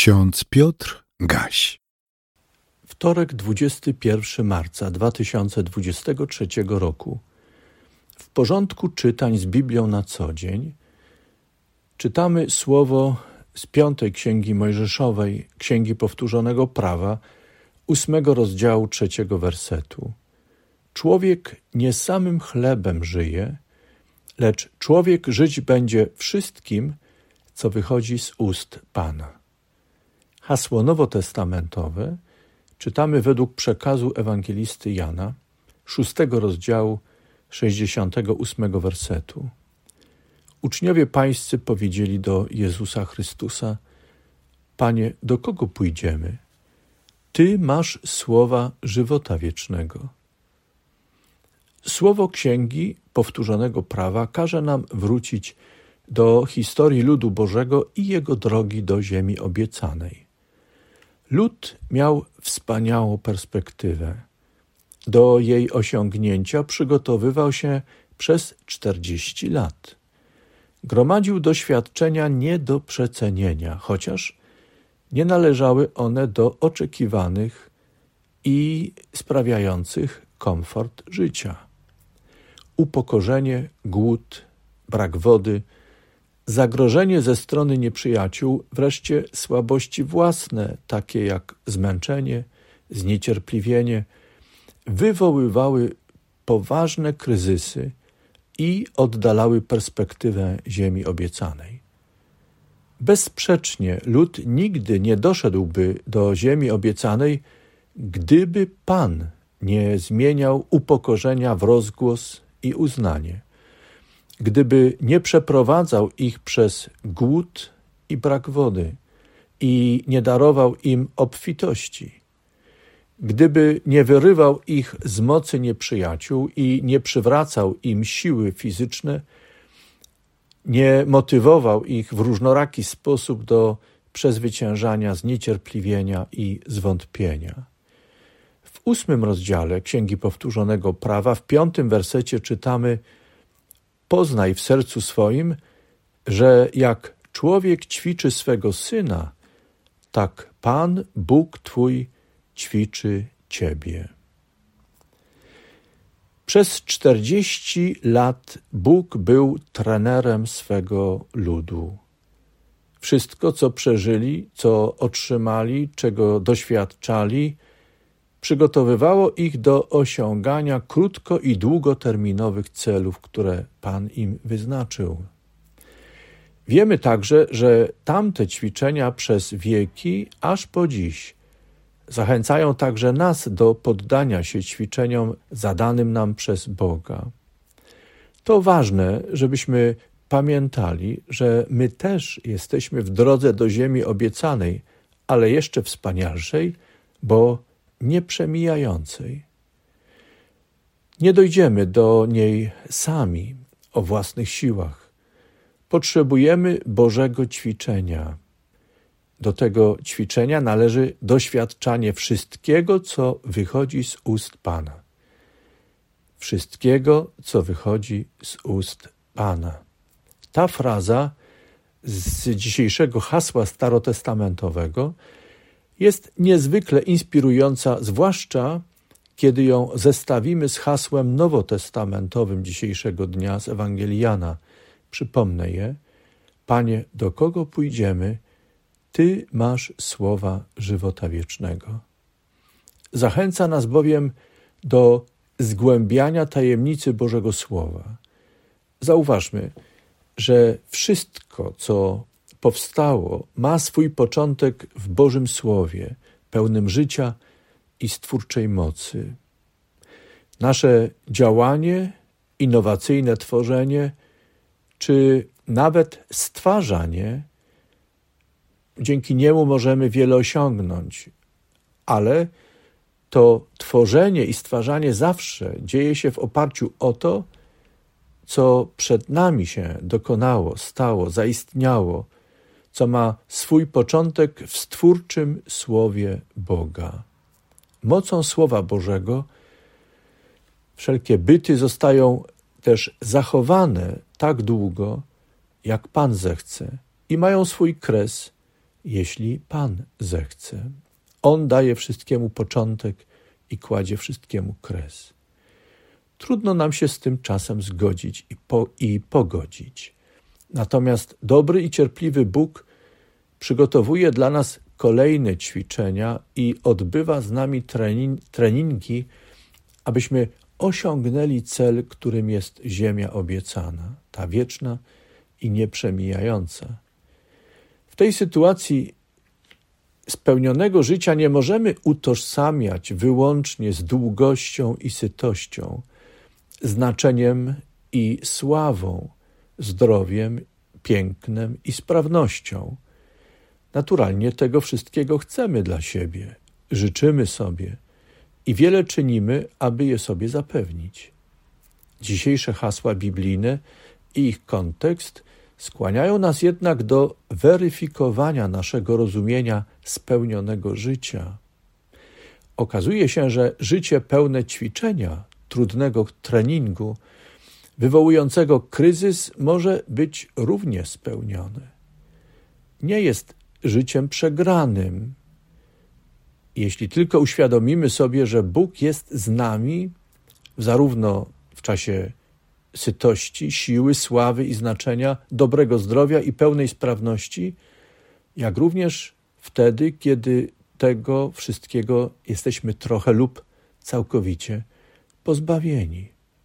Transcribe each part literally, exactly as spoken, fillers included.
Ksiądz Piotr Gaś. Wtorek, dwudziestego pierwszego marca dwa tysiące dwudziestego trzeciego roku. W porządku czytań z Biblią na co dzień czytamy słowo z piątej Księgi Mojżeszowej, Księgi Powtórzonego Prawa, ósmego rozdziału trzeciego wersetu. Człowiek nie samym chlebem żyje, lecz człowiek żyć będzie wszystkim, co wychodzi z ust Pana. Hasło nowotestamentowe czytamy według przekazu ewangelisty Jana, szóstego rozdziału, sześćdziesiątego ósmego wersetu. Uczniowie pańscy powiedzieli do Jezusa Chrystusa: Panie, do kogo pójdziemy? Ty masz słowa żywota wiecznego. Słowo Księgi Powtórzonego Prawa każe nam wrócić do historii ludu Bożego i jego drogi do ziemi obiecanej. Lud miał wspaniałą perspektywę. Do jej osiągnięcia przygotowywał się przez czterdzieści lat. Gromadził doświadczenia nie do przecenienia, chociaż nie należały one do oczekiwanych i sprawiających komfort życia. Upokorzenie, głód, brak wody, zagrożenie ze strony nieprzyjaciół, wreszcie słabości własne, takie jak zmęczenie, zniecierpliwienie, wywoływały poważne kryzysy i oddalały perspektywę ziemi obiecanej. Bezsprzecznie lud nigdy nie doszedłby do ziemi obiecanej, gdyby Pan nie zmieniał upokorzenia w rozgłos i uznanie, gdyby nie przeprowadzał ich przez głód i brak wody i nie darował im obfitości, gdyby nie wyrywał ich z mocy nieprzyjaciół i nie przywracał im siły fizyczne, nie motywował ich w różnoraki sposób do przezwyciężania zniecierpliwienia i zwątpienia. W ósmym rozdziale Księgi Powtórzonego Prawa, w piątym wersecie czytamy: Poznaj w sercu swoim, że jak człowiek ćwiczy swego syna, tak Pan, Bóg Twój, ćwiczy Ciebie. Przez czterdzieści lat Bóg był trenerem swego ludu. Wszystko, co przeżyli, co otrzymali, czego doświadczali, przygotowywało ich do osiągania krótko- i długoterminowych celów, które Pan im wyznaczył. Wiemy także, że tamte ćwiczenia przez wieki, aż po dziś, zachęcają także nas do poddania się ćwiczeniom zadanym nam przez Boga. To ważne, żebyśmy pamiętali, że my też jesteśmy w drodze do ziemi obiecanej, ale jeszcze wspanialszej, bo nieprzemijającej. Nie dojdziemy do niej sami, o własnych siłach. Potrzebujemy Bożego ćwiczenia. Do tego ćwiczenia należy doświadczanie wszystkiego, co wychodzi z ust Pana. Wszystkiego, co wychodzi z ust Pana. Ta fraza z dzisiejszego hasła starotestamentowego jest niezwykle inspirująca, zwłaszcza kiedy ją zestawimy z hasłem nowotestamentowym dzisiejszego dnia z Ewangelii Jana. Przypomnę je: Panie, do kogo pójdziemy? Ty masz słowa żywota wiecznego. Zachęca nas bowiem do zgłębiania tajemnicy Bożego Słowa. Zauważmy, że wszystko, co powstało, ma swój początek w Bożym Słowie, pełnym życia i stwórczej mocy. Nasze działanie, innowacyjne tworzenie, czy nawet stwarzanie, dzięki niemu możemy wiele osiągnąć, ale to tworzenie i stwarzanie zawsze dzieje się w oparciu o to, co przed nami się dokonało, stało, zaistniało, co ma swój początek w stwórczym Słowie Boga. Mocą Słowa Bożego wszelkie byty zostają też zachowane tak długo, jak Pan zechce i mają swój kres jeśli Pan zechce. On daje wszystkiemu początek i kładzie wszystkiemu kres. Trudno nam się z tym czasem zgodzić i, po, i pogodzić. Natomiast dobry i cierpliwy Bóg przygotowuje dla nas kolejne ćwiczenia i odbywa z nami trening, treningi, abyśmy osiągnęli cel, którym jest ziemia obiecana, ta wieczna i nieprzemijająca. W tej sytuacji spełnionego życia nie możemy utożsamiać wyłącznie z długością i sytością, znaczeniem i sławą, zdrowiem, pięknem i sprawnością. Naturalnie tego wszystkiego chcemy dla siebie, życzymy sobie i wiele czynimy, aby je sobie zapewnić. Dzisiejsze hasła biblijne i ich kontekst skłaniają nas jednak do weryfikowania naszego rozumienia spełnionego życia. Okazuje się, że życie pełne ćwiczenia, trudnego treningu, wywołującego kryzys może być równie spełnione. Nie jest życiem przegranym, jeśli tylko uświadomimy sobie, że Bóg jest z nami zarówno w czasie sytości, siły, sławy i znaczenia, dobrego zdrowia i pełnej sprawności, jak również wtedy, kiedy tego wszystkiego jesteśmy trochę lub całkowicie pozbawieni.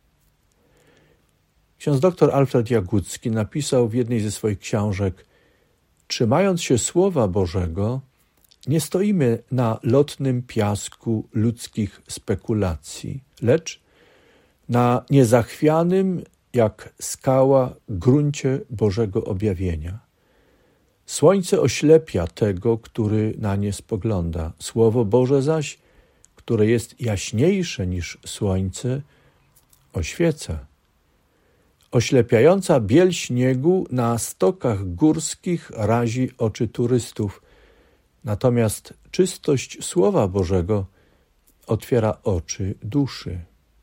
Ksiądz doktor Alfred Jagucki napisał w jednej ze swoich książek: trzymając się Słowa Bożego, nie stoimy na lotnym piasku ludzkich spekulacji, lecz na niezachwianym jak skała gruncie Bożego objawienia. Słońce oślepia tego, który na nie spogląda. Słowo Boże zaś, które jest jaśniejsze niż słońce, oświeca. Oślepiająca biel śniegu na stokach górskich razi oczy turystów, natomiast czystość Słowa Bożego otwiera oczy duszy.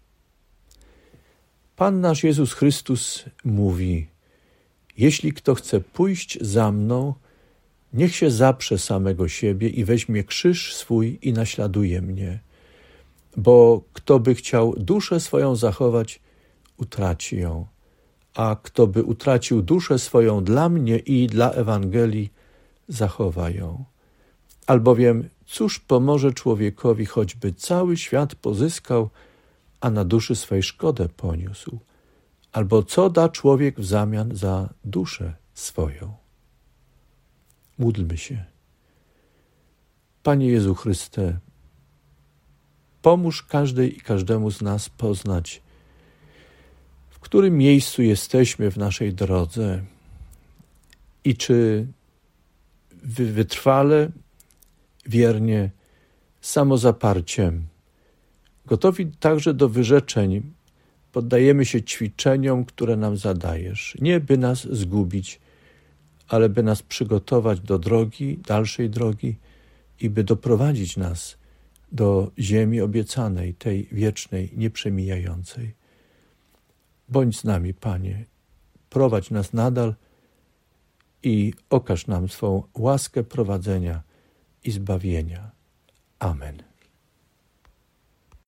Pan nasz Jezus Chrystus mówi: jeśli kto chce pójść za mną, niech się zaprze samego siebie i weźmie krzyż swój i naśladuje mnie. Bo kto by chciał duszę swoją zachować, utraci ją, a kto by utracił duszę swoją dla mnie i dla Ewangelii, zachowa ją. Albowiem cóż pomoże człowiekowi, choćby cały świat pozyskał, a na duszy swej szkodę poniósł? Albo co da człowiek w zamian za duszę swoją? Módlmy się. Panie Jezu Chryste, pomóż każdej i każdemu z nas poznać, w którym miejscu jesteśmy w naszej drodze i czy wytrwale, wiernie, samozaparciem, gotowi także do wyrzeczeń, poddajemy się ćwiczeniom, które nam zadajesz, nie by nas zgubić, ale by nas przygotować do drogi, dalszej drogi i by doprowadzić nas do ziemi obiecanej, tej wiecznej, nieprzemijającej. Bądź z nami, Panie, prowadź nas nadal i okaż nam swą łaskę prowadzenia i zbawienia. Amen.